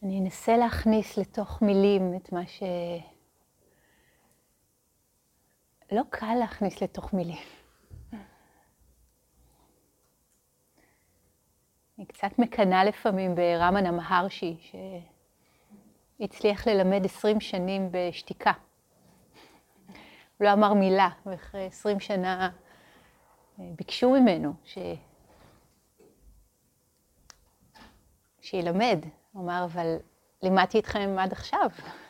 אני אנסה להכניס לתוך מילים את מה לא קל להכניס לתוך מילים. אני קצת מקנה לפעמים ברמנה מהרשי, שהצליח ללמד 20 שנים בשתיקה. הוא לא אמר מילה, ואחרי 20 שנה ביקשו ממנו שילמד. הוא אמר, אבל לימדתי אתכם עד עכשיו.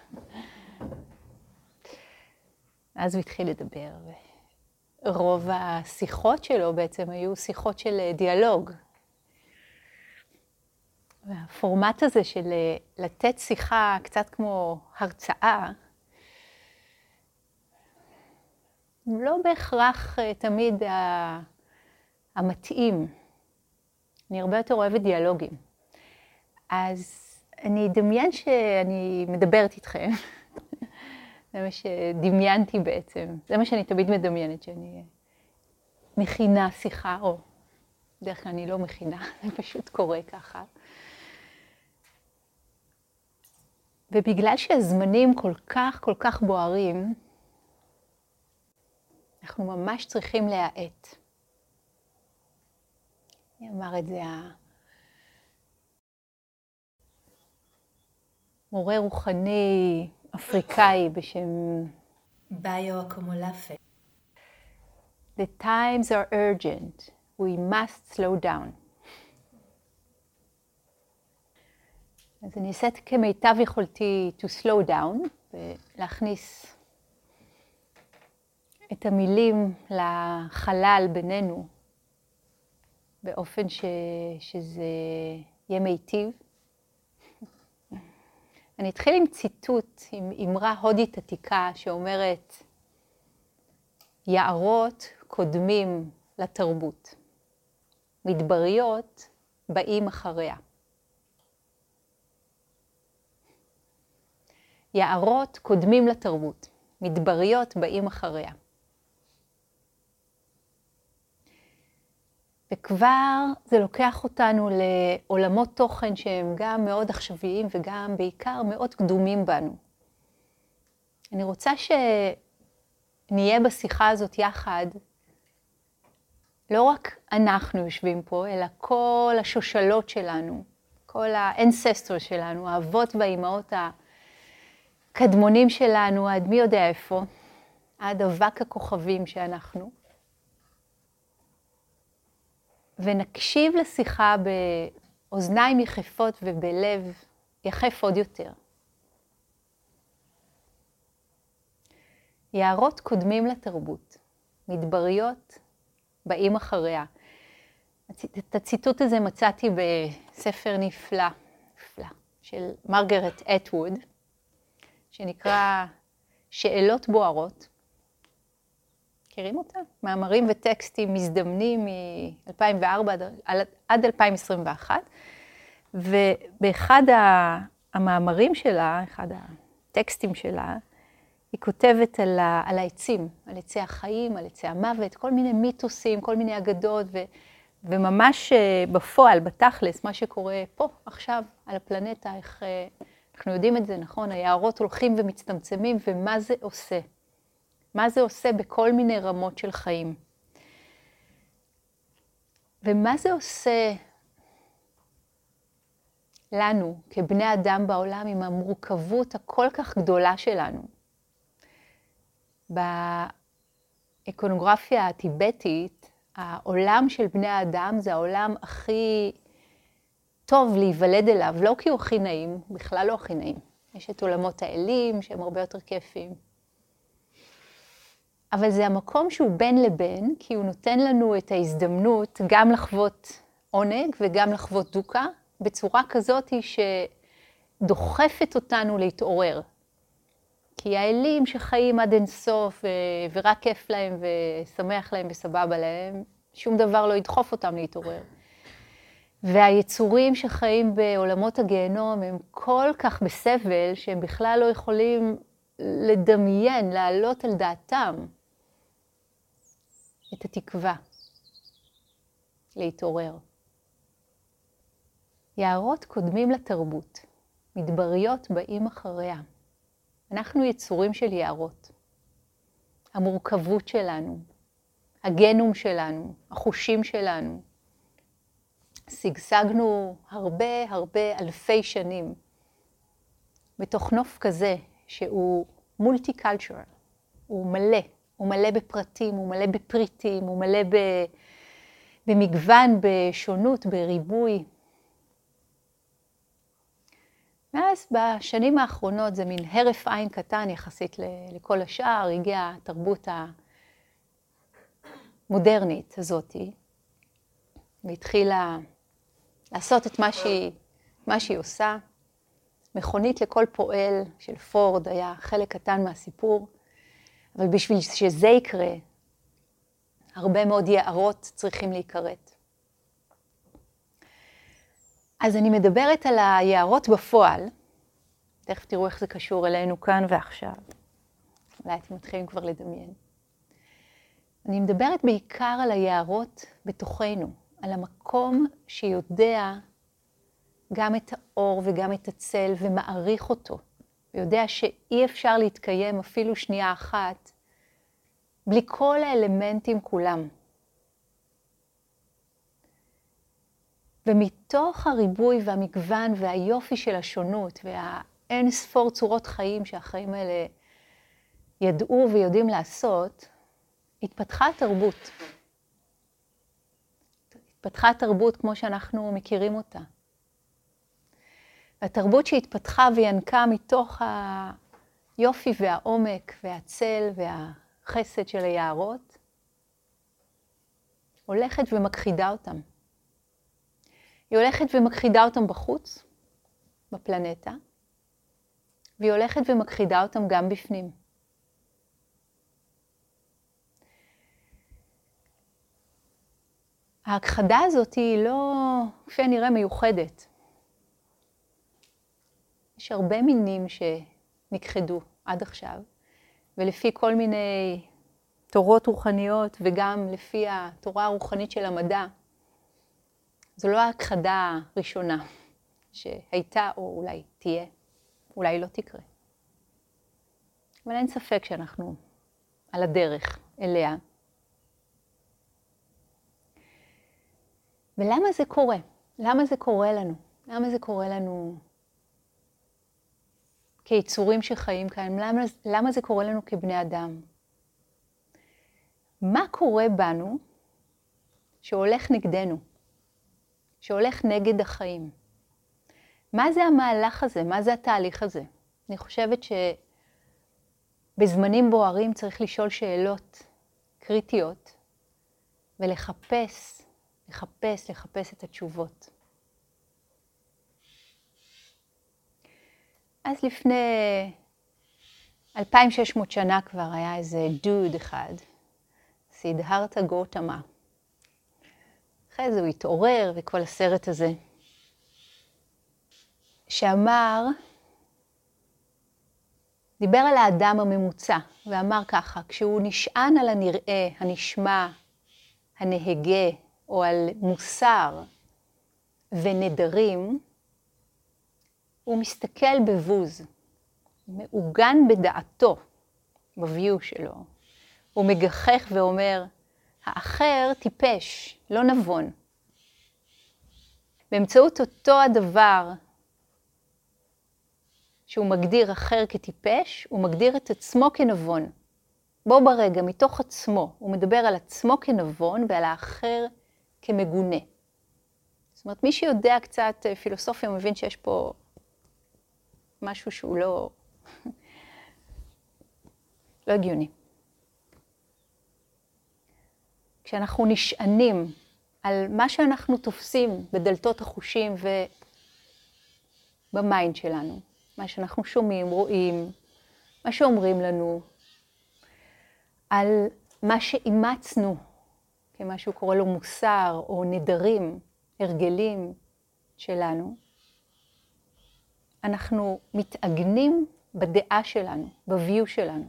אז הוא התחיל לדבר, ורוב השיחות שלו בעצם היו שיחות של דיאלוג. והפורמט הזה של לתת שיחה קצת כמו הרצאה, לא בהכרח תמיד המתאים. אני הרבה יותר אוהבת דיאלוגים. אז אני אדמיין שאני מדברת איתכם. זה מה שדמיינתי בעצם. זה מה שאני תמיד מדמיינת, שאני מכינה שיחה, או בדרך כלל אני לא מכינה, זה פשוט קורה ככה. ובגלל שהזמנים כל כך בוערים, אנחנו ממש צריכים להאט. אני אמר את זה מורה רוחני אפריקאי בשם ביו אקומולפה. The times are urgent. We must slow down. אז אני אעשה כמיטב יכולתי to slow down, ולהכניס את המילים לחלל בינינו, באופן שזה יהיה מיטיב. אני אתחיל עם ציטוט, עם אמרה הודית עתיקה שאומרת, יערות קודמים לתרבות, מדבריות באים אחריה. יערות קודמים לתרבות, מדבריות באים אחריה. וכבר זה לוקח אותנו לעולמות תוכן שהם גם מאוד עכשוויים וגם בעיקר מאוד קדומים בנו. אני רוצה שנהיה בשיחה הזאת יחד, לא רק אנחנו יושבים פה, אלא כל השושלות שלנו, כל האנססטור שלנו, האבות והאימהות הקדמונים שלנו, עד מי יודע איפה, עד אבק הכוכבים שאנחנו. ונקשיב לשיחה באוזניים יחפות ובלב יחף עוד יותר. יערות קודמים לתרבות, מדבריות באים אחריה. את הציטוט הזה מצאתי בספר נפלא של מרגרט אטווד, שנקרא שאלות בוערות. מכירים אותה? מאמרים וטקסטים מזדמנים מ-2004 עד 2021. ובאחד המאמרים שלה, אחד הטקסטים שלה, היא כותבת על העצים, על עצי החיים, על עצי המוות, כל מיני מיתוסים, כל מיני אגדות, וממש בפועל, בתכלס, מה שקורה פה, עכשיו, על הפלנטה, איך אנחנו יודעים את זה, נכון? היערות הולכים ומצטמצמים, ומה זה עושה? מה זה עושה בכל מיני רמות של חיים? ומה זה עושה לנו, כבני אדם בעולם, עם המורכבות הכל כך גדולה שלנו? באיקונוגרפיה הטיבטית, העולם של בני האדם זה העולם הכי טוב להיוולד אליו, לא כי הוא הכי נעים, בכלל לא הכי נעים. יש את עולמות האלים שהם הרבה יותר כיפים. אבל זה המקום שהוא בין לבין, כי הוא נותן לנו את ההזדמנות גם לחוות עונג וגם לחוות דוקה, בצורה כזאת שדוחפת אותנו להתעורר. כי האלים שחיים עד אינסוף ורק כיף להם ושמח להם וסבבה להם, שום דבר לא ידחוף אותם להתעורר. והיצורים שחיים בעולמות הגיהנום הם כל כך בסבל שהם בכלל לא יכולים לדמיין, להעלות על דעתם את התקווה להתעורר. יערות קודמים לתרבות, מדבריות באים אחריה. אנחנו יצורים של יערות. המורכבות שלנו, הגנום שלנו, החושים שלנו, שגשגנו הרבה אלפי שנים בתוך נוף כזה שהוא מולטי-קלצ'רל, הוא מלא בפרטים, הוא מלא בפריטים, הוא מלא במגוון, בשונות, בריבוי. ואז בשנים האחרונות זה מין הרף עין קטן יחסית לכל השאר, הגיעה התרבות המודרנית הזאת, והתחילה לעשות את מה שהיא עושה. מכונית לכל פועל של פורד היה חלק קטן מהסיפור, אבל בשביל שזה יקרה, הרבה מאוד יערות צריכים להיקראת. אז אני מדברת על היערות בפועל, תכף תראו איך זה קשור אלינו כאן ועכשיו. אולי אתם מתחילים כבר לדמיין. אני מדברת בעיקר על היערות בתוכנו, על המקום שיודע גם את האור וגם את הצל ומעריך אותו, ויודע שאי אפשר להתקיים אפילו שנייה אחת בלי כל האלמנטים כולם. ומתוך הריבוי והמגוון והיופי של השונות והאין ספור צורות חיים שהחיים האלה ידעו ויודעים לעשות, התפתחה התרבות. התפתחה התרבות כמו שאנחנו מכירים אותה. התרבות שהתפתחה וינקה מתוך היופי והעומק והצל והחסד של היערות, הולכת ומכחידה אותם. היא הולכת ומכחידה אותם בחוץ, בפלנטה, והיא הולכת ומכחידה אותם גם בפנים. ההכחדה הזאת היא לא, כפי הנראה, מיוחדת. יש הרבה מינים שנכחדו עד עכשיו, ולפי כל מיני תורות רוחניות וגם לפי התורה הרוחנית של המדע, זו לא ההכחדה הראשונה שהייתה או אולי תהיה, אולי לא תקרה. אבל אין ספק שאנחנו על הדרך אליה. ולמה זה קורה? למה זה קורה לנו? למה זה קורה לנו כיצורים שחיים כאן? למה זה קורה לנו כבני אדם? מה קורה בנו שהולך נגדנו? שהולך נגד החיים? מה זה המהלך הזה? מה זה התהליך הזה? אני חושבת שבזמנים בוערים צריך לשאול שאלות קריטיות ולחפש את התשובות. אז לפני 2600 שנה כבר היה איזה דוד אחד, סידהרתה גותמה. אחרי זה הוא התעורר וכל הסרט הזה, שאמר, דיבר על האדם הממוצע, ואמר ככה, כשהוא נשען על הנראה, הנשמע, הנהגה, או על מוסר ונדרים, הוא מסתכל בבוז, מעוגן בדעתו, בביו שלו. הוא מגחך ואומר, האחר טיפש, לא נבון. באמצעות אותו הדבר שהוא מגדיר אחר כטיפש, הוא מגדיר את עצמו כנבון. בו ברגע, מתוך עצמו, הוא מדבר על עצמו כנבון ועל האחר כמגונה. זאת אומרת, מי שיודע קצת פילוסופיה מבין שיש פה משהו שהוא לא הגיוני. כשאנחנו נשענים על מה שאנחנו תופסים בדלתות החושים ובמיינד שלנו, מה שאנחנו שומעים, רואים, מה שאומרים לנו, על מה שאימצנו, כמה שהוא קורא לו מוסר או נדרים, הרגלים שלנו, אנחנו מתעגנים בדעה שלנו, בביו שלנו.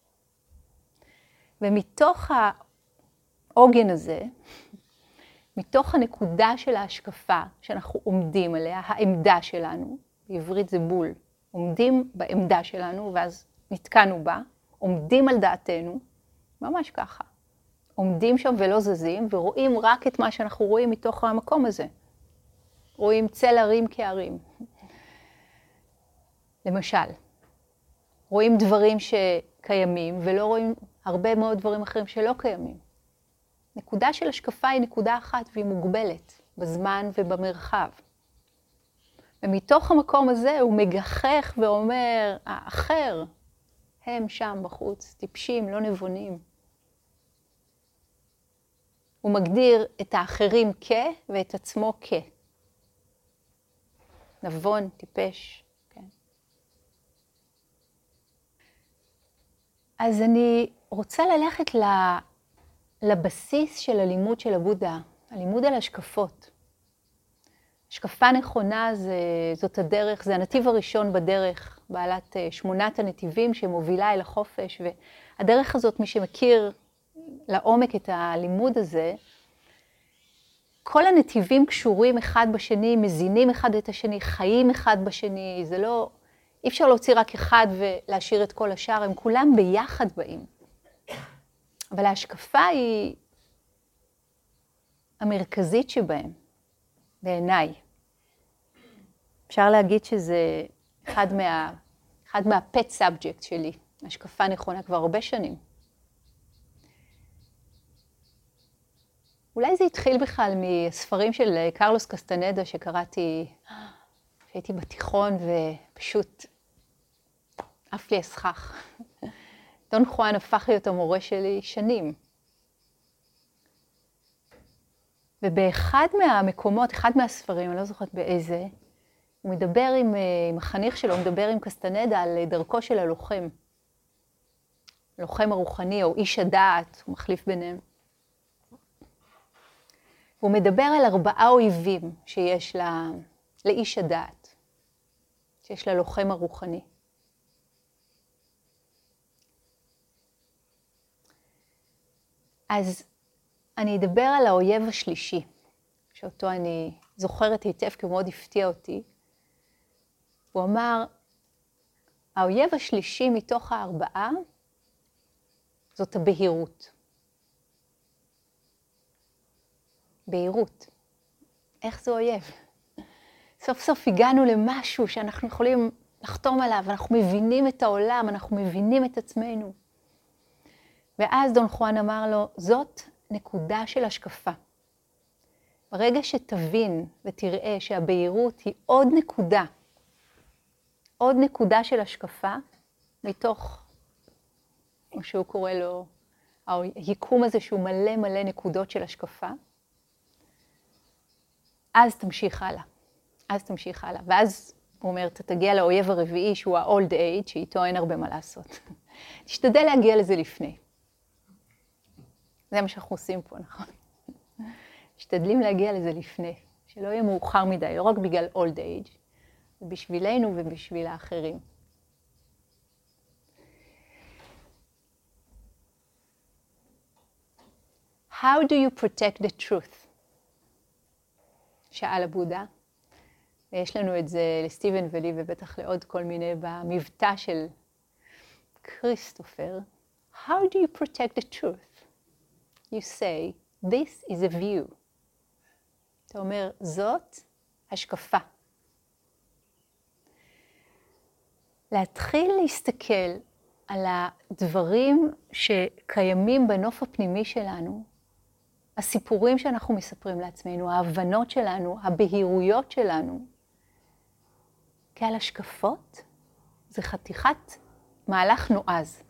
ומתוך העוגן הזה, מתוך הנקודה של ההשקפה שאנחנו עומדים עליה, העמדה שלנו, בעברית זה בול. עומדים בעמדה שלנו, ואז נתקענו בה, עומדים על דעתנו, ממש ככה. עומדים שם ולא זזים, ורואים רק את מה שאנחנו רואים מתוך המקום הזה. רואים צל הרים כהרים. למשל, רואים דברים שקיימים, ולא רואים הרבה מאוד דברים אחרים שלא קיימים. נקודה של השקפה היא נקודה אחת, והיא מוגבלת בזמן ובמרחב. ומתוך המקום הזה הוא מגחך ואומר, האחר, הם שם בחוץ, טיפשים, לא נבונים. הוא מגדיר את האחרים ואת עצמו נבון, טיפש. כן. אז אני רוצה ללכת לבסיס של הלימוד של הבודה, הלימוד על השקפות. השקפה נכונה זאת הדרך, זה הנתיב הראשון בדרך, בעלת 8 הנתיבים שמובילה אל החופש, והדרך הזאת, מי שמכיר לעומק את הלימוד הזה, כל הנתיבים קשורים אחד בשני, מזינים אחד את השני, חיים אחד בשני, זה לא, אי אפשר להוציא רק אחד ולהשאיר את כל השאר, הם כולם ביחד באים. אבל ההשקפה היא המרכזית שבהם, בעיניי. אפשר להגיד שזה אחד מה-pet subject שלי, השקפה נכונה כבר הרבה שנים. אולי זה התחיל בכלל מספרים של קרלוס קסטנדה שקראתי כשהייתי בתיכון ופשוט עף לי הסכך. דון חואן הפך להיות המורה שלי שנים. ובאחד מהמקומות, אחד מהספרים, אני לא זוכרת באיזה, הוא מדבר עם החניך שלו, הוא מדבר עם קסטנדה על דרכו של הלוחם. הלוחם הרוחני או איש הדעת, הוא מחליף ביניהם. הוא מדבר על 4 אויבים שיש לאיש הדעת, שיש ללוחם הרוחני. אז אני אדבר על האויב השלישי, שאותו אני זוכרת היטב כי הוא מאוד הפתיע אותי. הוא אמר, האויב השלישי מתוך 4 זאת הבהירות. בהירות. איך זה אויב? סוף סוף הגענו למשהו שאנחנו יכולים לחתום עליו, אנחנו מבינים את העולם, אנחנו מבינים את עצמנו. ואז דון חואן אמר לו, זאת נקודה של השקפה. ברגע שתבין ותראה שהבהירות היא עוד נקודה של השקפה, מתוך מה שהוא קורא לו, היקום הזה שהוא מלא נקודות של השקפה, אז תמשיך הלאה. ואז הוא אומר, אתה תגיע לאויב הרביעי שהוא ה-old age, שאיתו אין הרבה מה לעשות. תשתדל להגיע לזה לפני. זה מה שאנחנו עושים פה, נכון? משתדלים להגיע לזה לפני, שלא יהיה מאוחר מדי, לא רק בגלל old age, זה בשבילנו ובשביל האחרים. How do you protect the truth? שאל הבודה. ויש לנו את זה לסטיבן ולי ובטח לעוד כל מיני במבטא של כריסטופר. How do you protect the truth? You say, this is a view. אתה אומר, זאת השקפה. להתחיל להסתכל על הדברים שקיימים בנוף הפנימי שלנו, הסיפורים שאנחנו מספרים לעצמנו, ההבנות שלנו, הבהירויות שלנו, כעל השקפות, זה חתיכת מהלך נועז.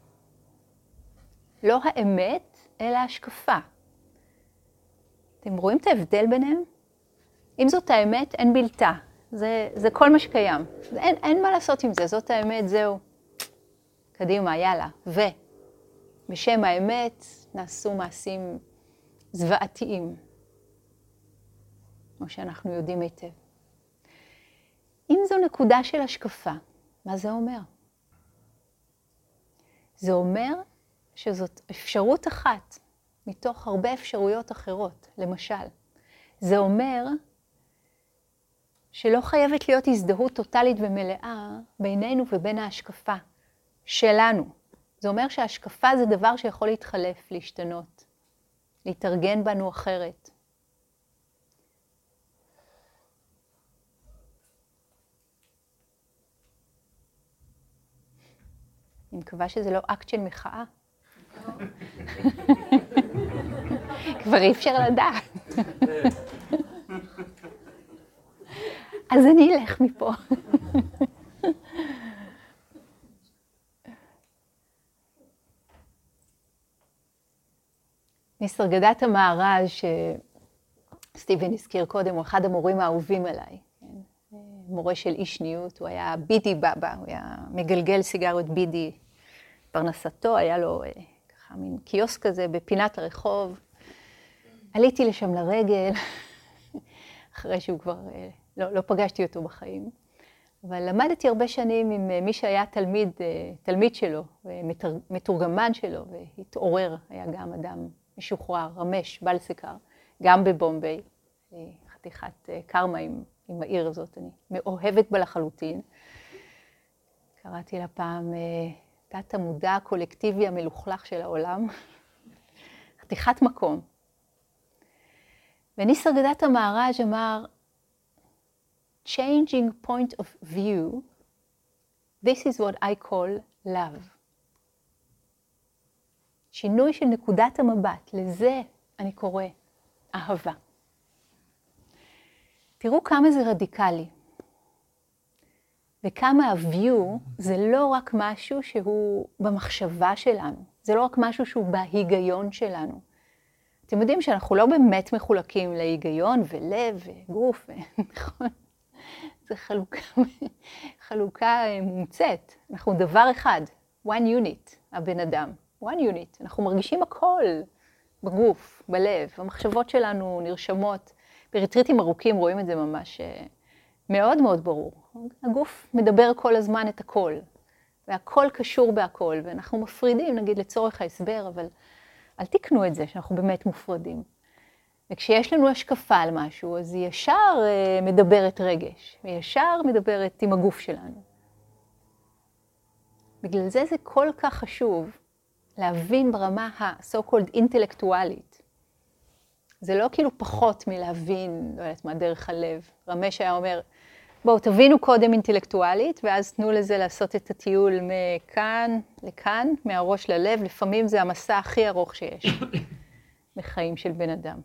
לא האמת, אלא השקפה. אתם רואים את ההבדל ביניהם? אם זאת האמת, אין בלתה. זה כל מה שקיים. אין מה לעשות עם זה, זאת האמת, זהו. קדימה, יאללה. ובשם האמת נעשו מעשים זוועתיים, כמו שאנחנו יודעים היטב. אם זו נקודה של השקפה, מה זה אומר? זה אומר שזאת אפשרות אחת מתוך הרבה אפשרויות אחרות. למשל, זה אומר שלא חייבת להיות הזדהות טוטלית ומלאה בינינו ובין ההשקפה שלנו. זה אומר שההשקפה זה דבר שיכול להתחלף, להשתנות, להתארגן בנו אחרת. אני מקווה שזה לא אקט של מחאה. כבר אי אפשר לדעת. אז אני אלך מפה. ניסרגדת המהר"ז, שסטיבן הזכיר קודם, הוא אחד המורים האהובים עליי. מורה של אישניות, הוא היה בידי בבא, הוא היה מגלגל סיגריות בידי. פרנסתו, היה לו ככה מין קיוסק כזה בפינת הרחוב. עליתי לשם לרגל, אחרי שהוא כבר, לא פגשתי אותו בחיים. אבל למדתי הרבה שנים עם מי שהיה תלמיד שלו, מתורגמן שלו, והתעורר, היה גם אדם משוחרר, רמש, בלסיקר, גם בבומביי, חתיכת קרמה עם העיר הזאת, אני מאוהבת בה לחלוטין. קראתי לה פעם תת המודע הקולקטיבי המלוכלך של העולם, חתיכת מקום. וניסרגדת המהר"ז אמר, changing point of view, this is what I call love. שינוי של נקודת המבט, לזה אני קורא אהבה. תראו כמה זה רדיקלי. וכמה ה-view זה לא רק משהו שהוא במחשבה שלנו. זה לא רק משהו שהוא בהיגיון שלנו. אתם יודעים שאנחנו לא באמת מחולקים להיגיון ולב וגוף, נכון? זה חלוקה מומצאת. אנחנו דבר אחד, one unit, הבן אדם. one unit. אנחנו מרגישים הכל בגוף, בלב. המחשבות שלנו נרשמות. בריטריטים ארוכים רואים את זה ממש מאוד מאוד ברור. הגוף מדבר כל הזמן את הכל. והכל קשור בהכל. ואנחנו מפרידים, נגיד, לצורך ההסבר, אבל אל תקנו את זה שאנחנו באמת מופרדים. וכשיש לנו השקפה על משהו, אז היא ישר מדברת רגש, וישר מדברת עם הגוף שלנו. בגלל זה כל כך חשוב להבין ברמה ה-so-called אינטלקטואלית. זה לא כאילו פחות מלהבין, לא יודעת מה, דרך הלב. רמש היה אומר, בואו תבינו קודם אינטלקטואלית, ואז תנו לזה לעשות את הטיול מכאן לכאן, מהראש ללב. לפעמים זה המסע הכי ארוך שיש בחיים של בן אדם.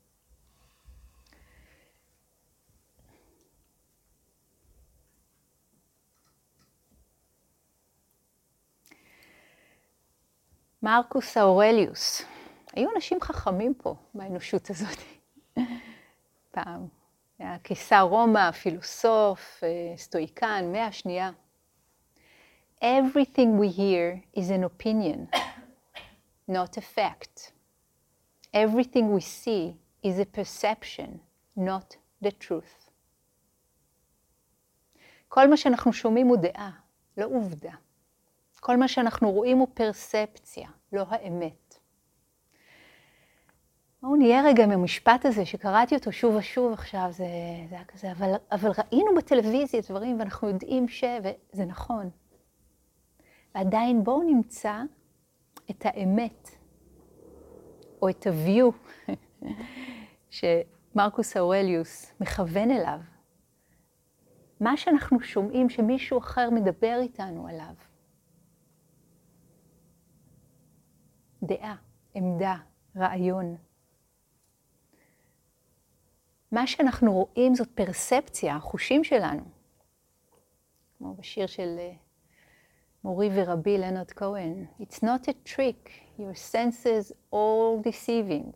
מרקוס אורליוס. היו אנשים חכמים פה באנושות הזאת. פעם. היה קיסר רומא, פילוסוף, סטואיקן, מאה השנייה. Everything we hear is an opinion, not a fact. Everything we see is a perception, not the truth. כל מה שאנחנו שומעים הוא דעה, לא עובדה. כל מה שאנחנו רואים הוא פרספציה, לא האמת. בואו נהיה רגע עם המשפט הזה שקראתי אותו שוב ושוב עכשיו, זה היה כזה, אבל ראינו בטלוויזיה דברים ואנחנו יודעים וזה נכון. ועדיין בואו נמצא את האמת, או את ה-view שמרקוס אורליוס מכוון אליו. מה שאנחנו שומעים שמישהו אחר מדבר איתנו עליו. דעה, עמדה, רעיון. מה שאנחנו רואים זאת פרספציה, החושים שלנו. כמו בשיר של מורי ורבי לנרד כהן. It's not a trick, your senses all deceiving.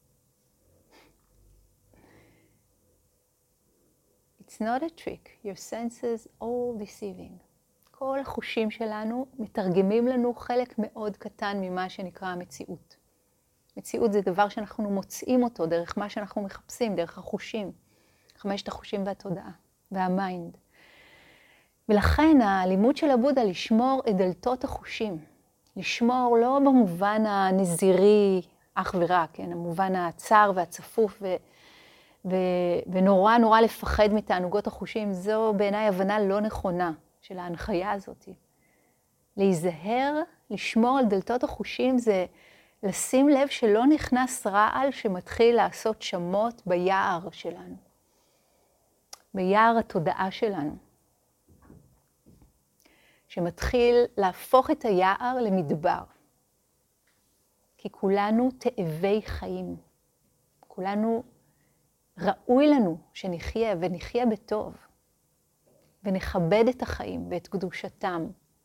It's not a trick, your senses all deceiving. כל החושים שלנו מתרגמים לנו חלק מאוד קטן ממה שנקרא המציאות. מציאות זה דבר שאנחנו מוצאים אותו דרך מה שאנחנו מחפשים, דרך החושים. 5 החושים והתודעה, והמיינד. ולכן הלימוד של הבודה לשמור את דלתות החושים. לשמור לא במובן הנזירי אך ורק, כן? המובן הצר והצפוף ונורא נורא לפחד מתענוגות החושים, זו בעיניי הבנה לא נכונה של ההנחיה הזאת. להיזהר, לשמור על דלתות החושים, זה לשים לב שלא נכנס רעל שמתחיל לעשות שמות ביער שלנו. ביער התודעה שלנו. שמתחיל להפוך את היער למדבר. כי כולנו תאבי חיים. כולנו ראוי לנו שנחיה ונחיה בטוב. ונכבד את החיים ואת קדושתם.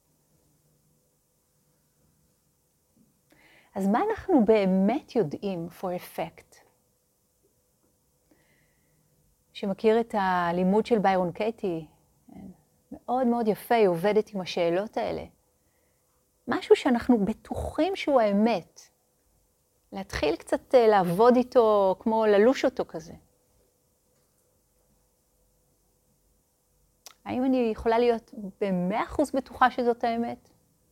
אז מה אנחנו באמת יודעים for effect? שמכיר את הלימוד של ביירון קייטי, מאוד מאוד יפה, היא עובדת עם השאלות האלה. משהו שאנחנו בטוחים שהוא האמת. להתחיל קצת לעבוד איתו, כמו ללוש אותו כזה. האם אני יכולה להיות ב100% בטוחה שזאת האמת?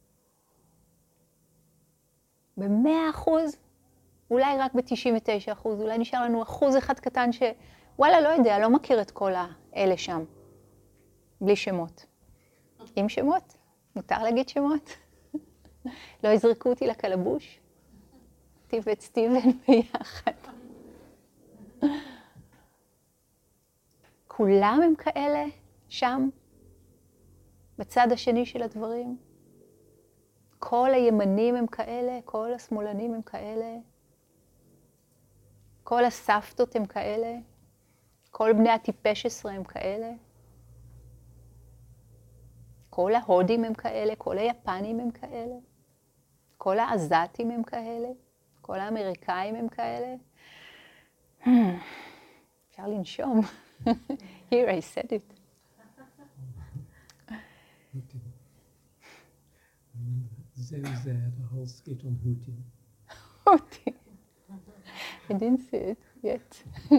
ב100%? אולי רק ב99%, אולי נשאר לנו 1% קטן שוואלה, לא יודע, לא מכיר את כל האלה שם. בלי שמות. עם שמות? מותר להגיד שמות? לא יזרקו אותי לקלבוש? אותי ואת סטיבן ביחד. כולם הם כאלה שם, בצד השני של הדברים. כל הימנים הם כאלה, כל השמאלנים הם כאלה. כל הסבתות הם כאלה. כל בני הטיפש 10 הם כאלה. כל ההודים הם כאלה, כל היפנים הם כאלה. כל העזתים הם כאלה. כל האמריקאים הם כאלה. אפשר לנשום. Here I said it. They had a whole skit on Houthi. Houthi. I didn't see it yet.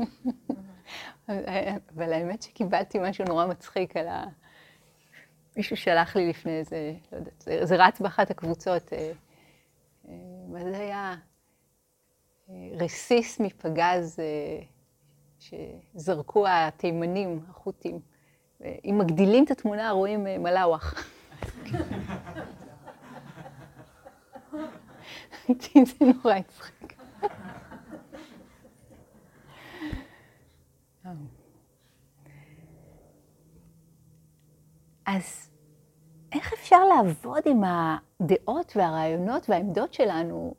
אבל האמת שקיבלתי משהו נורא מצחיק על מישהו שלח לי לפני איזה, לא יודעת, זה רץ באחת הקבוצות. מה זה היה? רסיס מפגז שזרקו התימנים, החות'ים. אם מגדילים את התמונה, רואים מלאווח. זה נורא הצחיק. אז איך אפשר לעבוד עם הדעות והרעיונות והעמדות שלנו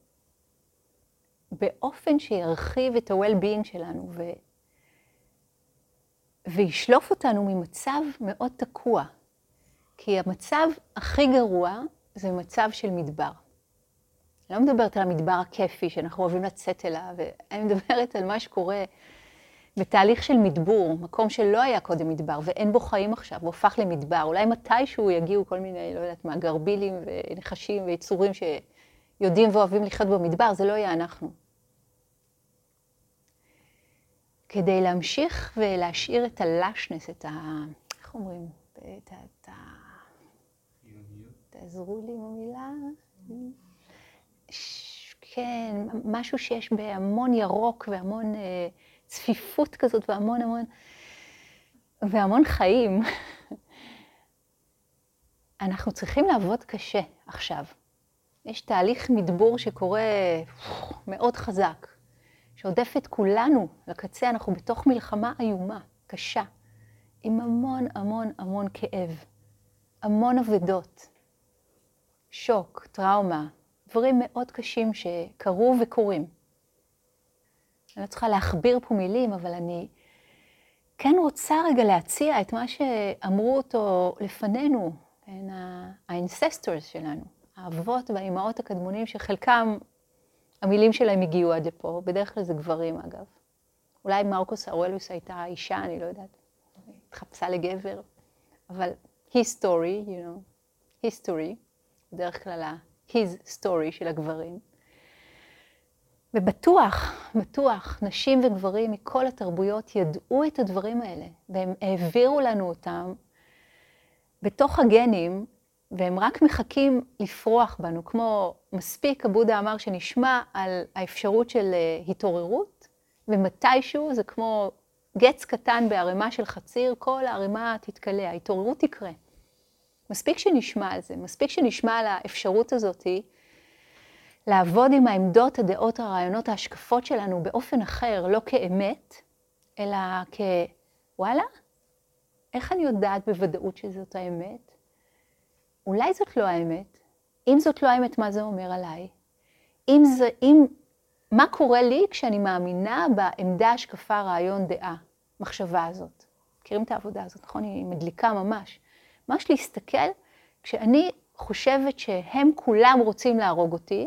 באופן שירחיב את ה-well-being שלנו וישלוף אותנו ממצב מאוד תקוע? כי המצב הכי גרוע זה מצב של מדבר. אני לא מדברת על המדבר הכיפי שאנחנו אוהבים לצאת אליו, אני מדברת על מה שקורה בתהליך של מדבור, מקום שלא היה קודם מדבר ואין בו חיים עכשיו, הוא הופך למדבר. אולי מתישהו יגיעו כל מיני, לא יודעת מה, גרבילים ונחשים ויצורים שיודעים ואוהבים לחיות במדבר, זה לא יהיה אנחנו. כדי להמשיך ולהשאיר את הלשנס, את איך אומרים? תעזרו לי עם המילה. כן, משהו שיש בהמון ירוק והמון צפיפות כזאת והמון חיים. אנחנו צריכים לעבוד קשה עכשיו. יש תהליך מדבור שקורה מאוד חזק, שעודף את כולנו לקצה. אנחנו בתוך מלחמה איומה, קשה, עם המון כאב, המון אבדות, שוק, טראומה, דברים מאוד קשים שקרו וקורים. אני לא צריכה להכביר פה מילים, אבל אני כן רוצה רגע להציע את מה שאמרו אותו לפנינו, האנססטורס שלנו, האבות והאימהות הקדמונים, שחלקם, המילים שלהם הגיעו עד לפה, בדרך כלל זה גברים אגב. אולי מרקוס אורליוס הייתה אישה, אני לא יודעת, התחפשה לגבר, אבל his story, history, בדרך כלל his story של הגברים. ובטוח, נשים וגברים מכל התרבויות ידעו את הדברים האלה, והם העבירו לנו אותם בתוך הגנים, והם רק מחכים לפרוח בנו, כמו מספיק, הבודה אמר שנשמע על האפשרות של התעוררות, ומתישהו זה כמו גץ קטן בערימה של חציר, כל הערימה תתקלע, ההתעוררות תקרה. מספיק שנשמע על זה, מספיק שנשמע על האפשרות הזאת, לעבוד עם העמדות, הדעות, הרעיונות, ההשקפות שלנו באופן אחר, לא כאמת, אלא כוואלה, איך אני יודעת בוודאות שזאת האמת? אולי זאת לא האמת. אם זאת לא האמת, מה זה אומר עליי? מה קורה לי כשאני מאמינה בעמדה, השקפה, רעיון, דעה, מחשבה הזאת? מכירים את העבודה הזאת, נכון? היא מדליקה ממש. ממש להסתכל, כשאני חושבת שהם כולם רוצים להרוג אותי,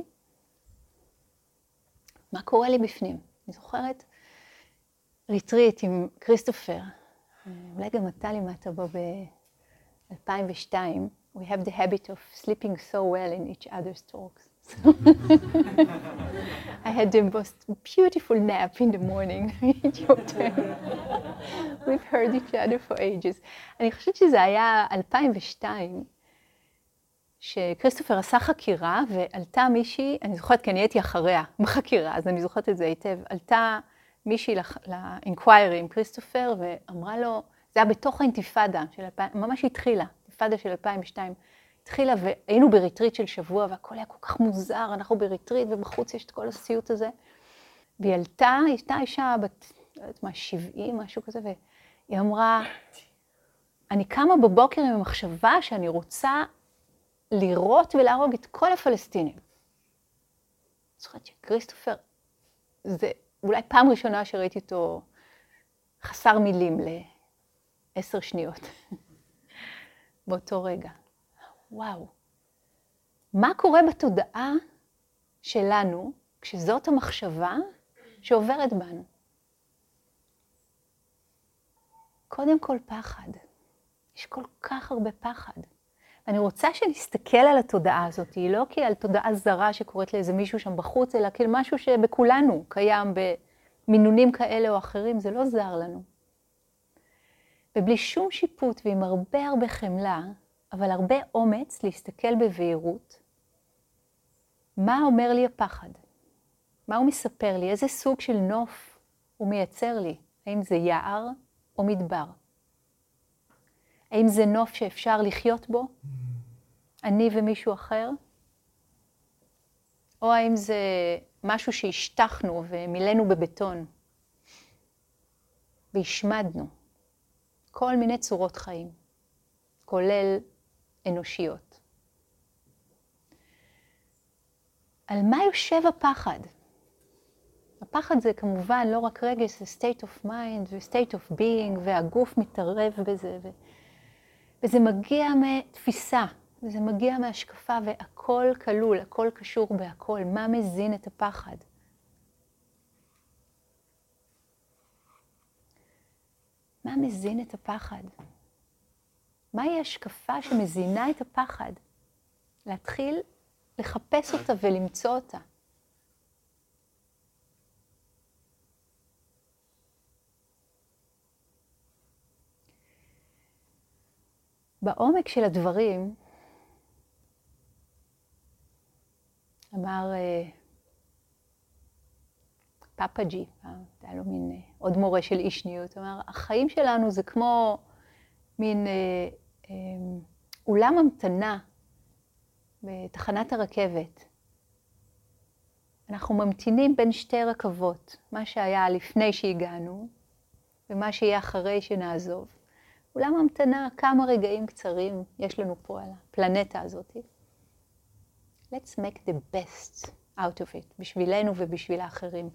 מה קורה לי בפנים? אני זוכרת ריטריט עם כריסטופר, אולי גם אתה לימדת בו ב-2002, we have the habit of sleeping so well in each other's talks. I had the most beautiful nap in the morning. We've heard each other for ages. אני חושבת שזה היה 2002, שכריסטופר עשה חקירה, ועלתה מישהי, אני זוכרת כי אני הייתי אחריה בחקירה, אז אני זוכרת את זה היטב, עלתה מישהי לאינקוויירי עם כריסטופר, ואמרה לו, זה היה בתוך האינתיפאדה, ממש התחילה, אינתיפאדה של 2002, התחילה והיינו בריטריט של שבוע, והכל היה כל כך מוזר, אנחנו בריטריט ובחוץ יש את כל הסיוט הזה. והיא עלתה, הייתה אישה בת, לא יודעת מה, 70, משהו כזה, והיא אמרה, אני קמה בבוקר עם המחשבה שאני רוצה לראות ולהרוג את כל הפלסטינים. זוכרת שכריסטופר, זה אולי פעם ראשונה שראיתי אותו חסר מילים ל10 שניות. באותו רגע. וואו. מה קורה בתודעה שלנו כשזאת המחשבה שעוברת בנו? קודם כל פחד. יש כל כך הרבה פחד. אני רוצה שנסתכל על התודעה הזאת, לא כי על תודעה זרה שקורית לאיזה מישהו שם בחוץ, אלא כאילו משהו שבכולנו קיים במינונים כאלה או אחרים, זה לא זר לנו. ובלי שום שיפוט ועם הרבה חמלה, אבל הרבה אומץ להסתכל בבהירות, מה אומר לי הפחד? מה הוא מספר לי? איזה סוג של נוף הוא מייצר לי? האם זה יער או מדבר? האם זה נוף שאפשר לחיות בו? אני ומישהו אחר? או האם זה משהו שהשטחנו ומילאנו בבטון והשמדנו? כל מיני צורות חיים, כולל אנושיות. על מה יושב הפחד? הפחד זה כמובן לא רק רגש, זה state of mind ו-state of being, והגוף מתערב בזה, וזה מגיע מתפיסה, וזה מגיע מהשקפה, והכל כלול, הכל קשור בהכל. מה מזין את הפחד? מה מזין את הפחד? מהי השקפה שמזינה את הפחד? להתחיל לחפש אותה ולמצוא אותה. בעומק של הדברים, אמר פאפאג'י, היה לו מין עוד מורה של אישניות, אמר, החיים שלנו זה כמו מין אולם המתנה בתחנת הרכבת. אנחנו ממתינים בין שתי רכבות, מה שהיה לפני שהגענו ומה שיהיה אחרי שנעזוב. אולם המתנה, כמה רגעים קצרים יש לנו פה על הפלנטה הזאת. Let's make the best out of it, בשבילנו ובשביל האחרים.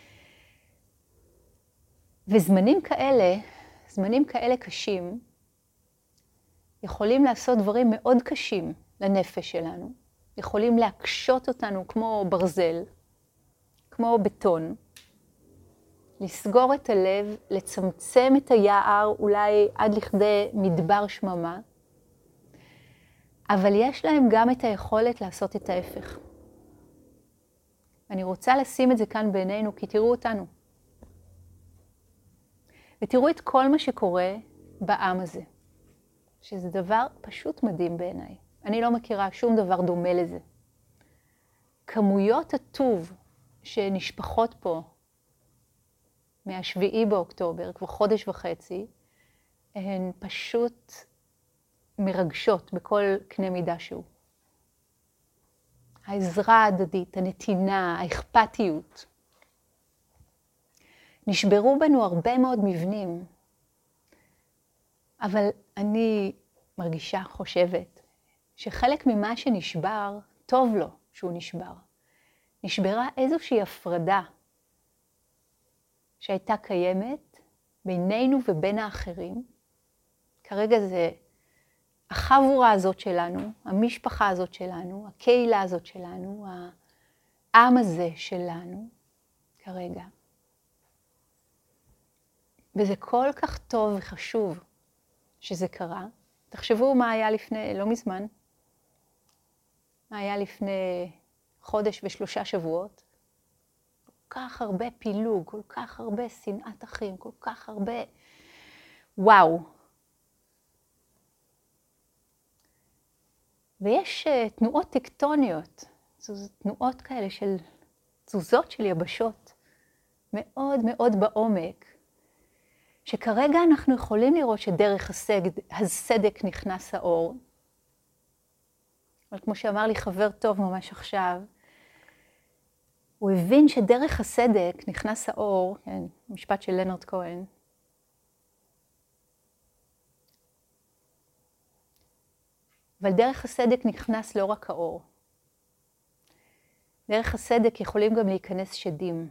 וזמנים כאלה קשים, יכולים לעשות דברים מאוד קשים לנפש שלנו. יכולים להקשות אותנו כמו ברזל, כמו בטון. לסגור את הלב, לצמצם את היער, אולי עד לכדי מדבר שממה. אבל יש להם גם את היכולת לעשות את ההפך. אני רוצה לשים את זה כאן בעינינו, כי תראו אותנו. ותראו את כל מה שקורה בעם הזה. שזה דבר פשוט מדהים בעיניי. אני לא מכירה שום דבר דומה לזה. כמויות הטוב שנשפחות פה מה-7 באוקטובר, כבר חודש וחצי, הן פשוט מרגשות בכל קנה מידה שהוא. העזרה ההדדית, הנתינה, האכפתיות. נשברו בנו הרבה מאוד מבנים, אבל אני מרגישה, חושבת, שחלק ממה שנשבר, טוב לו שהוא נשבר. נשברה איזושהי הפרדה שהייתה קיימת בינינו ובין האחרים. כרגע זה החבורה הזאת שלנו, המשפחה הזאת שלנו, הקהילה הזאת שלנו, העם הזה שלנו, כרגע. וזה כל כך טוב וחשוב שזה קרה. תחשבו מה היה לפני, לא מזמן, מה היה לפני חודש ו3 שבועות. כל כך הרבה פילוג, כל כך הרבה שנאת אחים, כל כך הרבה וואו. ויש תנועות טקטוניות, תנועות כאלה של תזוזות של יבשות, מאוד מאוד בעומק, שכרגע אנחנו יכולים לראות שדרך הסדק נכנס האור. אבל כמו שאמר לי חבר טוב ממש עכשיו, הוא הבין שדרך הסדק נכנס האור, כן, משפט של לנרד כהן, אבל דרך הסדק נכנס לא רק האור. דרך הסדק יכולים גם להיכנס שדים,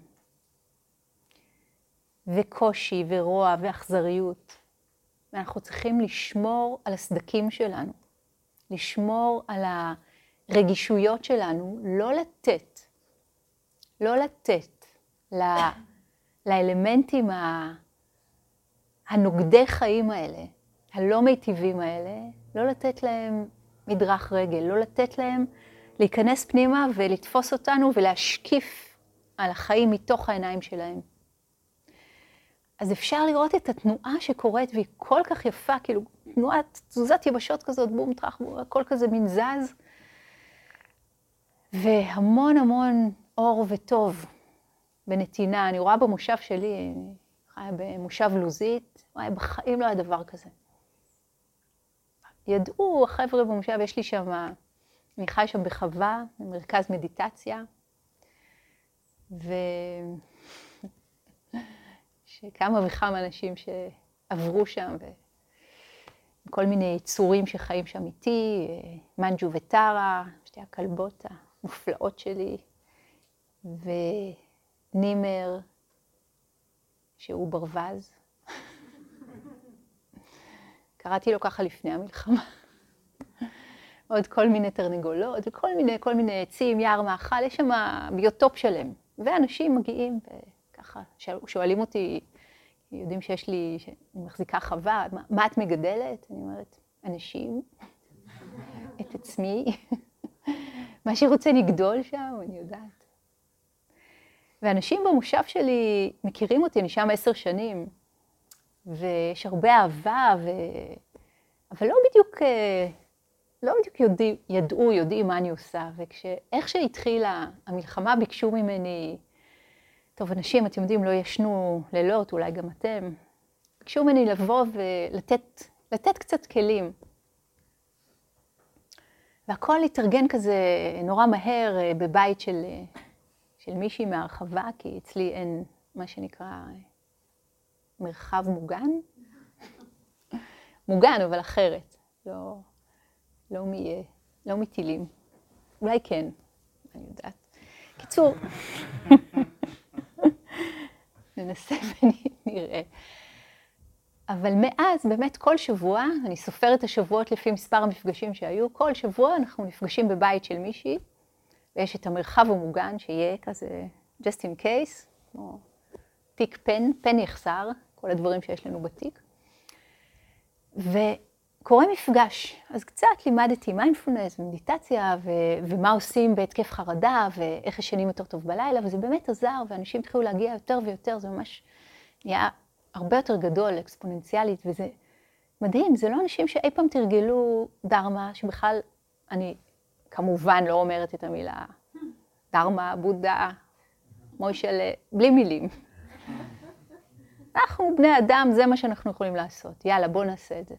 וקושי ורוע ואכזריות. ואנחנו צריכים לשמור על הסדקים שלנו, לשמור על הרגישויות שלנו, לא לתת לאלמנטים הנוגדי חיים האלה, הלא מיטיבים האלה, לא לתת להם מדרך רגל, לא לתת להם להיכנס פנימה ולתפוס אותנו ולהשקיף על החיים מתוך העיניים שלהם. אז אפשר לראות את התנועה שקורית והיא כל כך יפה, כאילו תנועת תזוזת יבשות כזאת, בום טרח, הכל כזה מין זז. והמון המון אור וטוב בנתינה. אני רואה במושב שלי, אני חיה במושב לוזית, בחיים לא היה דבר כזה. ידעו החבר'ה במושב, יש לי שם, אני חי שם בחווה, במרכז מדיטציה, שכמה וכמה אנשים שעברו שם, וכל מיני יצורים שחיים שם איתי, מנג'ו וטרה, שתי הכלבות המופלאות שלי, ונימר, שהוא ברווז. קראתי לו ככה לפני המלחמה. עוד כל מיני תרנגולות, וכל מיני עצים, יער מאכל, יש שם ביוטופ שלם. ואנשים מגיעים וככה, שואלים אותי, יודעים שיש לי, שאני מחזיקה חווה, מה את מגדלת? אני אומרת, אנשים, את עצמי, מה שרוצה לגדול שם, אני יודעת. ואנשים במושב שלי מכירים אותי, אני שם 10 שנים, ויש הרבה אהבה, אבל לא בדיוק יודעים מה אני עושה. ואיך שהתחילה המלחמה, ביקשו ממני, טוב, אנשים, אתם יודעים, לא ישנו לילות, אולי גם אתם, ביקשו ממני לבוא ולתת קצת כלים. והכל התארגן כזה נורא מהר בבית של מישהי מהרחבה, כי אצלי אין מה שנקרא מרחב מוגן. מוגן, אבל אחרת. לא מטילים. אולי כן, אני יודעת. קיצור, ננסה ונראה. אבל מאז, באמת כל שבוע, אני סופרת את השבועות לפי מספר המפגשים שהיו, כל שבוע אנחנו נפגשים בבית של מישהי, ויש את המרחב המוגן שיהיה כזה, just in case, כמו תיק פן יחסר, כל הדברים שיש לנו בתיק. וקורה מפגש, אז קצת לימדתי מיינדפולנס ומדיטציה, ומה עושים בהתקף חרדה, ואיך ישנים יותר טוב בלילה, וזה באמת עזר, ואנשים התחילו להגיע יותר ויותר, זה ממש נהיה הרבה יותר גדול, אקספוננציאלית, וזה מדהים, זה לא אנשים שאי פעם תרגלו דרמה, שבכלל אני כמובן לא אומרת את המילה דרמה, בודה, מוישל, בלי מילים. אנחנו בני אדם, זה מה שאנחנו יכולים לעשות. יאללה, בוא נעשה את זה.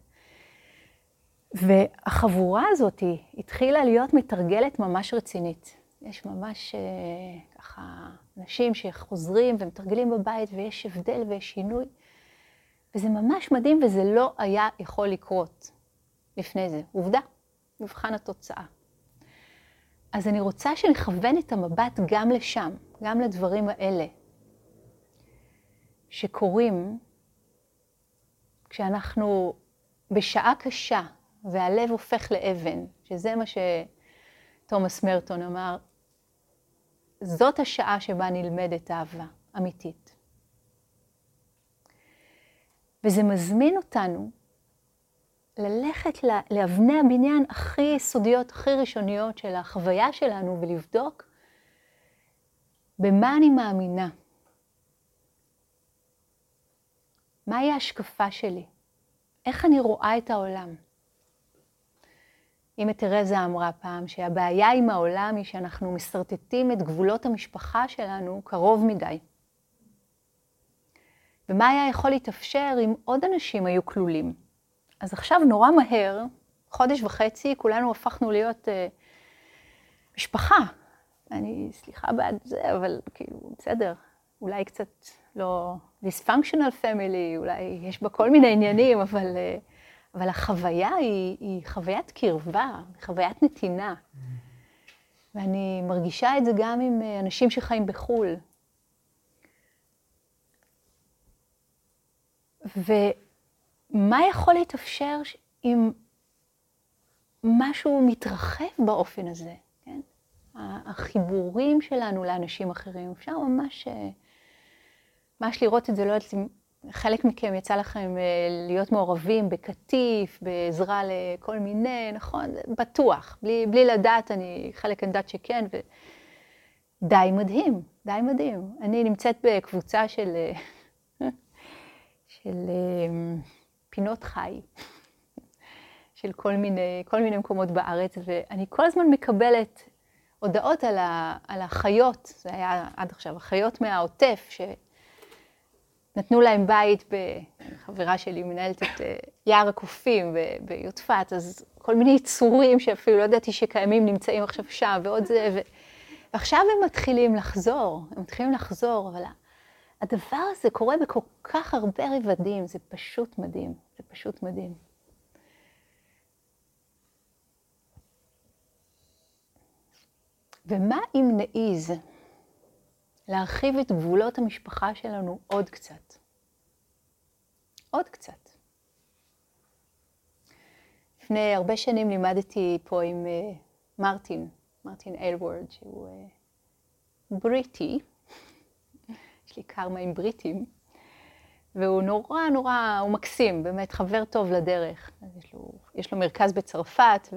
והחבורה הזאת התחילה להיות מתרגלת ממש רצינית. יש ממש ככה אנשים שחוזרים ומתרגלים בבית, ויש הבדל ויש שינוי. וזה ממש מדהים, וזה לא היה יכול לקרות לפני זה. עובדה, מבחן התוצאה. אז אני רוצה שנכוון את המבט גם לשם, גם לדברים האלה, שקורים כשאנחנו בשעה קשה, והלב הופך לאבן, שזה מה שתומאס מרטון אמר, זאת השעה שבה נלמדת אהבה אמיתית. וזה מזמין אותנו ללכת לאבני הבניין הכי יסודיות, הכי ראשוניות של החוויה שלנו, ולבדוק במה אני מאמינה. מהי ההשקפה שלי? איך אני רואה את העולם? אמא תרזה אמרה פעם שהבעיה עם העולם היא שאנחנו מסרטטים את גבולות המשפחה שלנו קרוב מדי. ומה היה יכול להתאפשר אם עוד אנשים היו כלולים? אז עכשיו נורא מהר, חודש וחצי, כולנו הפכנו להיות משפחה. סליחה בעד זה, אבל כאילו, בסדר. אולי קצת לא dysfunctional family, אולי יש בה כל מיני עניינים, אבל החוויה היא חוויית קרבה, חוויית נתינה. ואני מרגישה את זה גם עם אנשים שחיים בחו"ל. ומה יכול להתאפשר אם משהו מתרחב באופן הזה? כן? החיבורים שלנו לאנשים אחרים, אפשר ממש לראות את זה, לא יודעת אם חלק מכם יצא לכם להיות מעורבים בקטיף, בעזרה לכל מיני, נכון? בטוח, בלי לדעת, חלק אני יודעת שכן, ודי מדהים, די מדהים. אני נמצאת בקבוצה של פינות חי, של כל מיני מקומות בארץ, ואני כל הזמן מקבלת הודעות על החיות, זה היה עד עכשיו, החיות מהעוטף, נתנו להם בית, חברה שלי מנהלת את יער הקופים ביוטפת, אז כל מיני יצורים שאפילו לא ידעתי שקיימים נמצאים עכשיו שם ועוד זה, ועכשיו הם מתחילים לחזור, אבל הדבר הזה קורה בכל כך הרבה רבדים, זה פשוט מדהים, זה פשוט מדהים. ומה אם נעיז להרחיב את גבולות המשפחה שלנו עוד קצת? עוד קצת. לפני הרבה שנים לימדתי פה עם מרטין אלוורד, שהוא בריטי, יש לי קרמה עם בריטים, והוא נורא, הוא מקסים, באמת חבר טוב לדרך. יש לו מרכז בצרפת,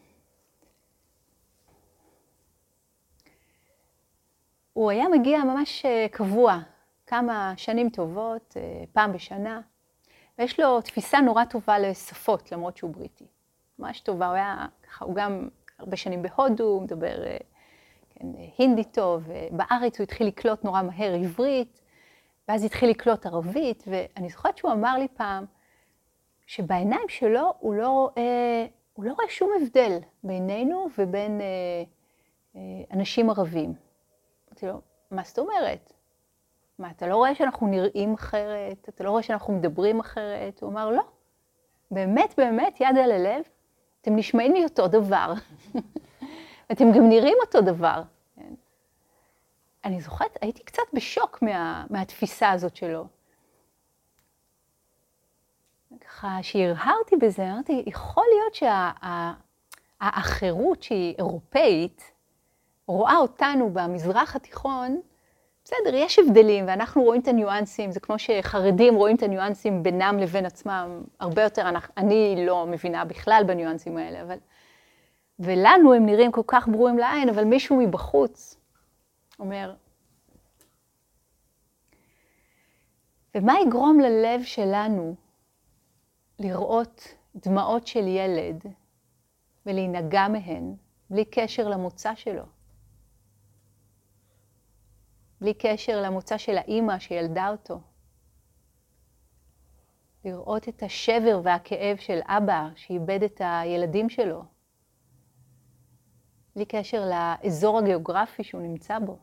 הוא היה מגיע ממש קבוע, כמה שנים טובות, פעם בשנה, ויש לו תפיסה נורא טובה לשפות, למרות שהוא בריטי. ממש טובה, הוא גם הרבה שנים בהודו, הוא מדבר הינדי טוב, ובארץ הוא התחיל לקלוט נורא מהר עברית, ואז התחיל לקלוט ערבית, ואני זוכרת שהוא אמר לי פעם, שבעיניים שלו הוא לא רואה שום הבדל בינינו ובין אנשים ערבים. אמרתי לו, מה זאת אומרת? מה, אתה לא רואה שאנחנו נראים אחרת? אתה לא רואה שאנחנו מדברים אחרת? הוא אמר, לא. באמת, יד על הלב, אתם נשמעים לי אותו דבר. אתם גם נראים אותו דבר. אני זוכרת, הייתי קצת בשוק מהתפיסה הזאת שלו. ככה, שהרהרתי בזה, אמרתי, יכול להיות שהאחרות שהיא אירופאית, רואה אותנו במזרח התיכון, בסדר, יש הבדלים, ואנחנו רואים את הניואנסים, זה כמו שחרדים רואים את הניואנסים בינם לבין עצמם, הרבה יותר, אני לא מבינה בכלל בניואנסים האלה, ולנו הם נראים כל כך ברורים לעין, אבל מישהו מבחוץ אומר, ומה יגרום ללב שלנו לראות דמעות של ילד ולהינגע מהן, בלי קשר למוצא שלו? בלי קשר למוצא של האימא שילדה אותו. לראות את השבר והכאב של אבא שאיבד את הילדים שלו, בלי קשר לאזור הגיאוגרפי שהוא נמצא בו.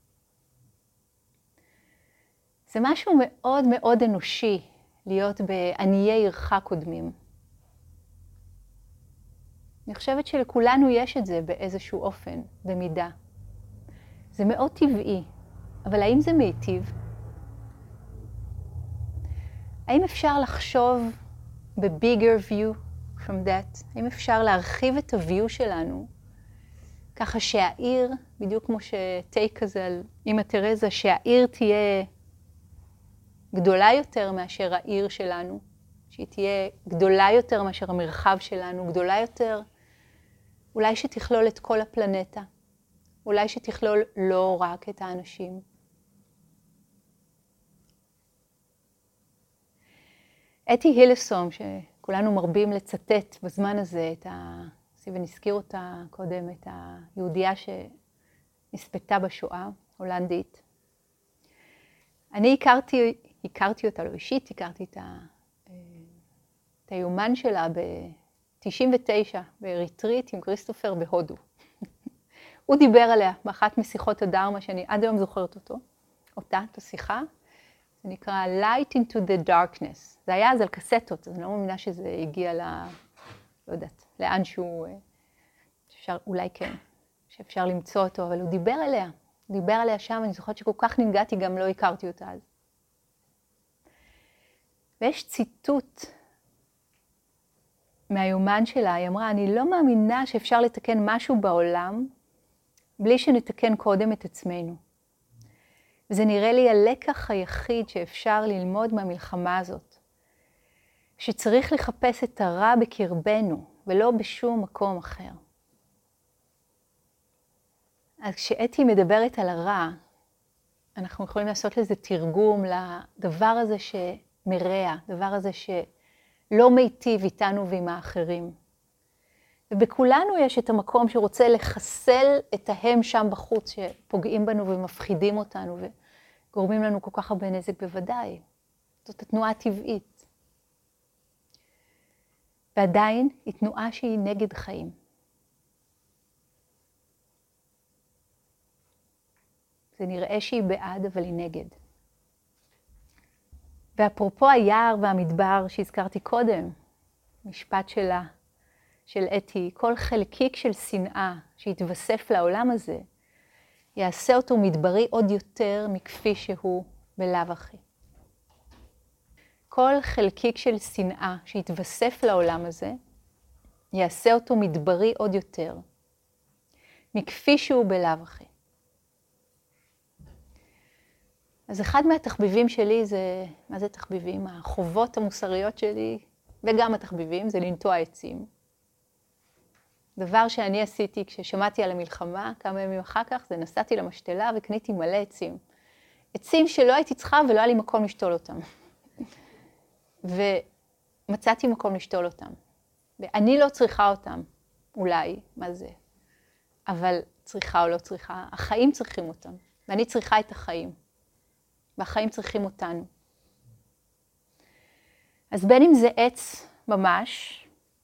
זה משהו מאוד מאוד אנושי להיות בעניי עירך קודמים. אני חושבת שלכולנו יש את זה באיזשהו אופן, במידה. זה מאוד טבעי, אבל האם זה מיטיב? האם אפשר לחשוב ב-bigger view from that? האם אפשר להרחיב את ה-view שלנו, ככה שהעיר, בדיוק כמו שטייק כזה על אמא תרזה, שהעיר תהיה גדולה יותר מאשר העיר שלנו, שהיא תהיה גדולה יותר מאשר המרחב שלנו, גדולה יותר, אולי שתכלול את כל הפלנטה, אולי שתכלול לא רק את האנשים. אתי הילסום, שכולנו מרבים לצטט בזמן הזה, סטיבן הזכיר אותה קודם, את היהודייה שנספתה בשואה, הולנדית. אני הכרתי אותה, לא אישית, הכרתי את היומן שלה ב-99, בריטריט עם כריסטופר בהודו. הוא דיבר עליה באחת משיחות הדרמה שאני עד היום זוכרת אותה, את השיחה. זה נקרא Light into the Darkness. זה היה אז על קסטות, אז אני לא מאמינה שזה הגיע לא יודעת, לאן שהוא, אולי כן, שאפשר למצוא אותו, אבל הוא דיבר עליה. הוא דיבר עליה שם, אני זוכרת שכל כך ננגעתי, גם לא הכרתי אותה אז. ויש ציטוט מהיומן שלה, היא אמרה, אני לא מאמינה שאפשר לתקן משהו בעולם, בלי שנתקן קודם את עצמנו. וזה נראה לי הלקח היחיד שאפשר ללמוד מהמלחמה הזאת. שצריך לחפש את הרע בקרבנו, ולא בשום מקום אחר. אז כשאתי מדברת על הרע, אנחנו יכולים לעשות לזה תרגום לדבר הזה שמרע, דבר הזה שלא מיטיב איתנו ועם האחרים. ובכולנו יש את המקום שרוצה לחסל את ההם שם בחוץ, שפוגעים בנו ומפחידים אותנו, וגורמים לנו כל כך הרבה נזק בוודאי. זאת התנועה הטבעית. ועדיין היא תנועה שהיא נגד חיים. זה נראה שהיא בעד, אבל היא נגד. ואפרופו היער והמדבר שהזכרתי קודם, משפט של אתי, כל חלקיק של שנאה שהתווסף לעולם הזה, יעשה אותו מדברי עוד יותר מכפי שהוא בלאו הכי. כל חלקיק של שנאה שהתווסף לעולם הזה, יעשה אותו מדברי עוד יותר מכפי שהוא בלאו הכי. אז אחד מהתחביבים שלי זה, מה זה תחביבים? החובות המוסריות שלי, וגם התחביבים, זה לנטוע עצים. דבר שאני עשיתי כששמעתי על המלחמה, כמה ימים אחר כך, זה נסעתי למשתלה וקניתי מלא עצים. עצים שלא הייתי צריכה ולא היה לי מקום לשתול אותם. ומצאתי מקום לשתול אותם. ואני לא צריכה אותם, אולי, מה זה? אבל צריכה או לא צריכה, החיים צריכים אותם. ואני צריכה את החיים. והחיים צריכים אותנו. אז בין אם זה עץ ממש,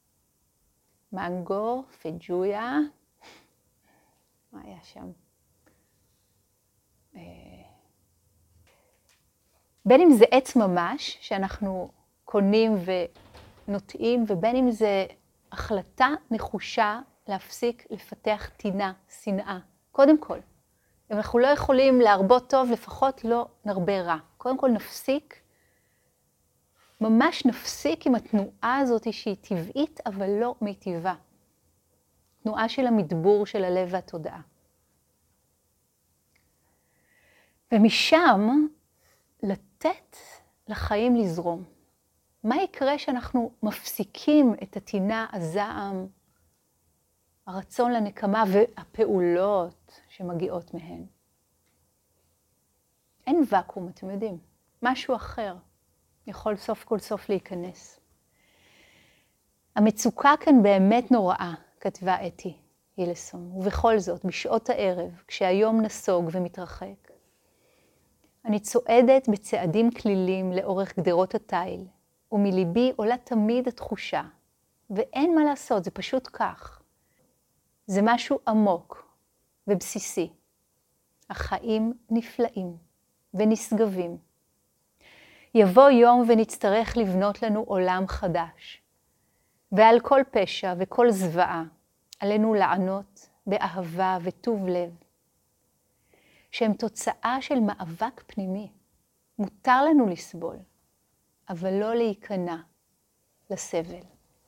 מנגו, פג'ויה, מה היה שם? בין אם זה עץ ממש, שאנחנו קונים ונוטעים, ובין אם זה החלטה נחושה להפסיק לפתח טינה, שנאה. קודם כל, אם אנחנו לא יכולים להרבות טוב, לפחות לא נרבה רע. קודם כל נפסיק, ממש נפסיק עם התנועה הזאת שהיא טבעית, אבל לא מיטיבה. תנועה של המדבור של הלב והתודעה. ומשם לתת לחיים לזרום. מה יקרה שאנחנו מפסיקים את הטינה, הזעם, הרצון לנקמה והפעולות שמגיעות מהן? אין וקום, אתם יודעים. משהו אחר יכול סוף כל סוף להיכנס. המצוקה כאן באמת נוראה, כתבה אתי הילסום. ובכל זאת, בשעות הערב, כשהיום נסוג ומתרחק, אני צועדת בצעדים כלילים לאורך גדרות התיל, ומליבי עולה תמיד התחושה, ואין מה לעשות, זה פשוט כך. זה משהו עמוק ובסיסי. החיים נפלאים ונשגבים. יבוא יום ונצטרך לבנות לנו עולם חדש. ועל כל פשע וכל זוועה עלינו לענות באהבה וטוב לב. שהם תוצאה של מאבק פנימי. מותר לנו לסבול, אבל לא להיכנע לסבל.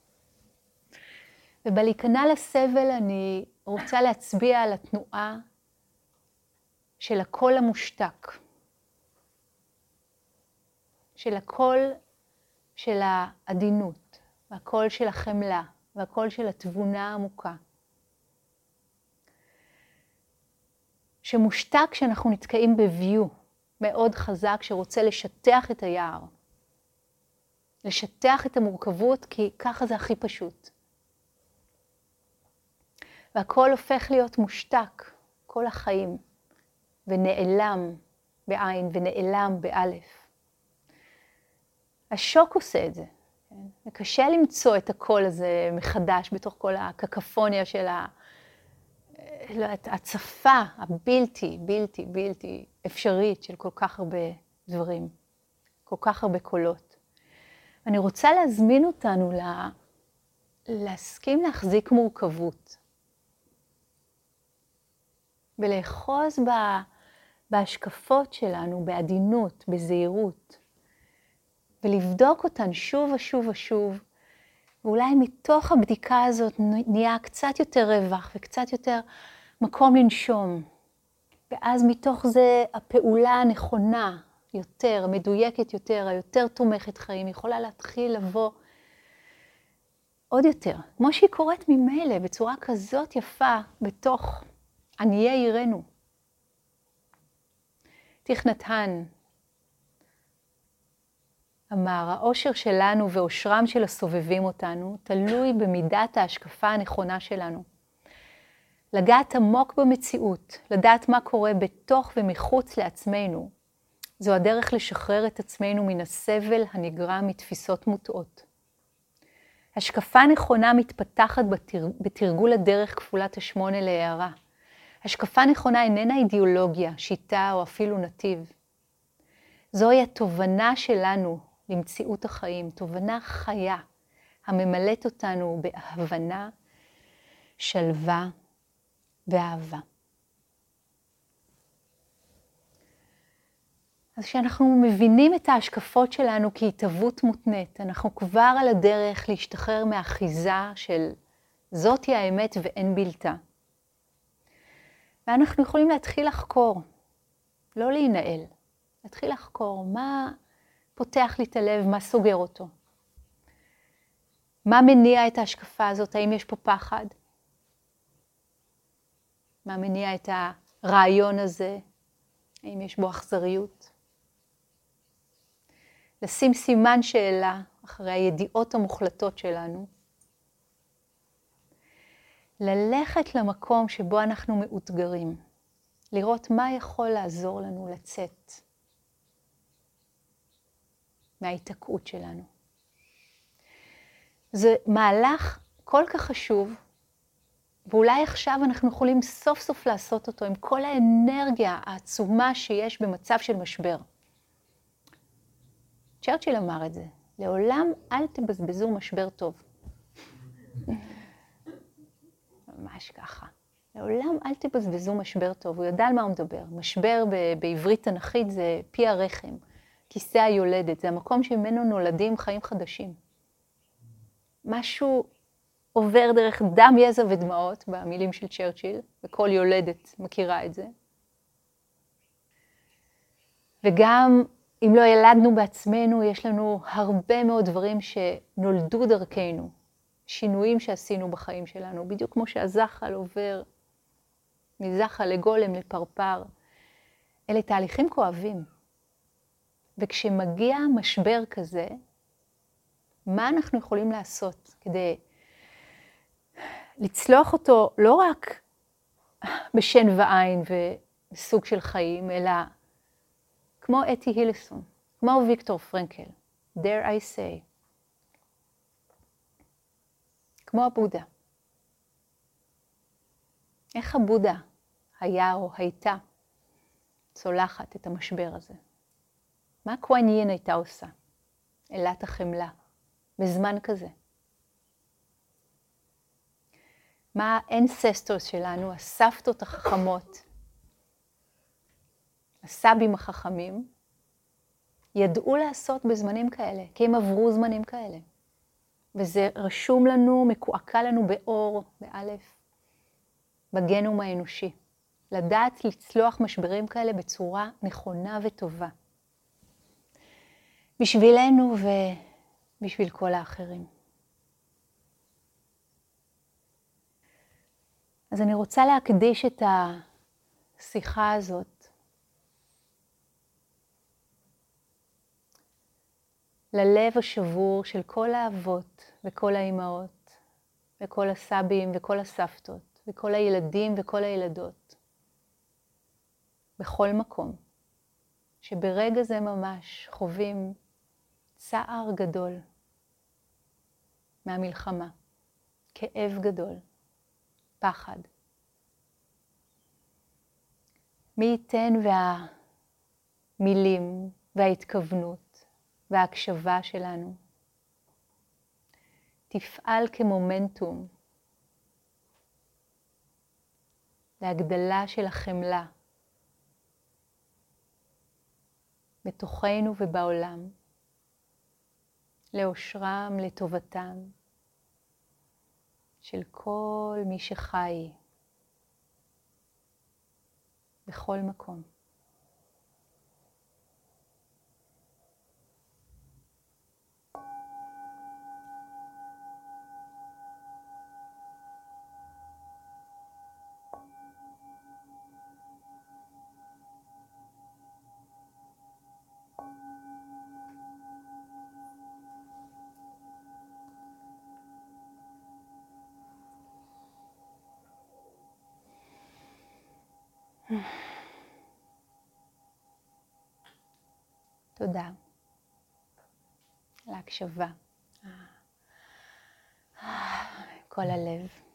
ובלהיכנע לסבל אני רוצה להצביע על התנועה של הקול המושתק. של הקול של העדינות, והקול של החמלה, והקול של התבונה העמוקה. שמושתק כשאנחנו נתקעים בביו מאוד חזק שרוצה לשטח את היער. לשטח את המורכבות כי ככה זה הכי פשוט. והכל הופך להיות מושתק כל החיים ונעלם בעין ונעלם באלף. השוק עושה את זה. כן? וקשה למצוא את הקול הזה מחדש בתוך כל הקקפוניה של הצפה הבלתי אפשרית של כל כך הרבה דברים, כל כך הרבה קולות. אני רוצה להזמין אותנו להסכים להחזיק מורכבות, ולאחוז בהשקפות שלנו, בעדינות, בזהירות, ולבדוק אותן שוב ושוב ושוב, ואולי מתוך הבדיקה הזאת נהיה קצת יותר רווח וקצת יותר מקום לנשום. ואז מתוך זה הפעולה הנכונה יותר, המדויקת יותר, היותר תומכת חיים, יכולה להתחיל לבוא עוד יותר. כמו שהיא קורית ממילא, בצורה כזאת יפה בתוך עניי עירנו. תיך נתן אמר, האושר שלנו ואושרם של הסובבים אותנו תלוי במידת ההשקפה הנכונה שלנו. לגעת עמוק במציאות, לדעת מה קורה בתוך ומחוץ לעצמנו, זו הדרך לשחרר את עצמנו מן הסבל הנגרם מתפיסות מוטעות. השקפה נכונה מתפתחת בתרגול הדרך כפולת 8 להערה. השקפה נכונה איננה אידיאולוגיה, שיטה או אפילו נתיב. זוהי התובנה שלנו למציאות החיים, תובנה חיה, הממלאת אותנו בהבנה, שלווה ואהבה. אז כשאנחנו מבינים את ההשקפות שלנו כהתהוות מותנית, אנחנו כבר על הדרך להשתחרר מהאחיזה של זאתי האמת ואין בלתה. ואנחנו יכולים להתחיל לחקור, לא להינעל, להתחיל לחקור מה פותח לי את הלב, מה סוגר אותו. מה מניע את ההשקפה הזאת? האם יש פה פחד? מה מניע את הרעיון הזה? האם יש בו אכזריות? לשים סימן שאלה אחרי הידיעות המוחלטות שלנו. ללכת למקום שבו אנחנו מאותגרים. לראות מה יכול לעזור לנו לצאת מההתעקעות שלנו. זה מהלך כל כך חשוב, ואולי עכשיו אנחנו יכולים סוף סוף לעשות אותו עם כל האנרגיה העצומה שיש במצב של משבר. צ'רצ'יל אמר את זה, לעולם אל תבזבזו משבר טוב. ממש ככה. לעולם אל תבזבזו משבר טוב, הוא ידע על מה הוא מדבר. משבר בעברית תנכית זה פי הרחם, כיסא היולדת, זה המקום שממנו נולדים חיים חדשים. משהו עובר דרך דם, יזע ודמעות, במילים של צ'רצ'יל, וכל יולדת מכירה את זה. וגם אם לא ילדנו בעצמנו, יש לנו הרבה מאוד דברים שנולדו דרכנו, שינויים שעשינו בחיים שלנו, בדיוק כמו שהזחל עובר מזחל לגולם לפרפר. אלה תהליכים כואבים. וכשמגיע משבר כזה, מה אנחנו יכולים לעשות כדי לצלוח אותו לא רק בשן ועין וסוג של חיים, אלא כמו אתי הילסון, כמו ויקטור פרנקל, dare I say, כמו הבודה. איך הבודה היה או הייתה צולחת את המשבר הזה? מה קוואן יין הייתה עושה? אלת החמלה, בזמן כזה. מה האנססטורס שלנו, הסבתות החכמות, הסבים החכמים, ידעו לעשות בזמנים כאלה, כי הם עברו זמנים כאלה. וזה רשום לנו, מקועקע לנו באור, באלף, בגנום האנושי. לדעת לצלוח משברים כאלה בצורה נכונה וטובה. בשבילנו ובשביל כל האחרים. אז אני רוצה להקדיש את השיחה הזאת ללב השבור של כל האבות וכל האימהות וכל הסבים וכל הסבתות וכל הילדים וכל הילדות. בכל מקום, שברגע זה ממש חווים צער גדול מהמלחמה, כאב גדול, פחד. מי ייתן והמילים וההתכוונות וההקשבה שלנו תפעל כמומנטום להגדלה של החמלה בתוכנו ובעולם, לאושרם, לטובתם של כל מי שחי בכל מקום. תודה על ההקשבה. כל הלב.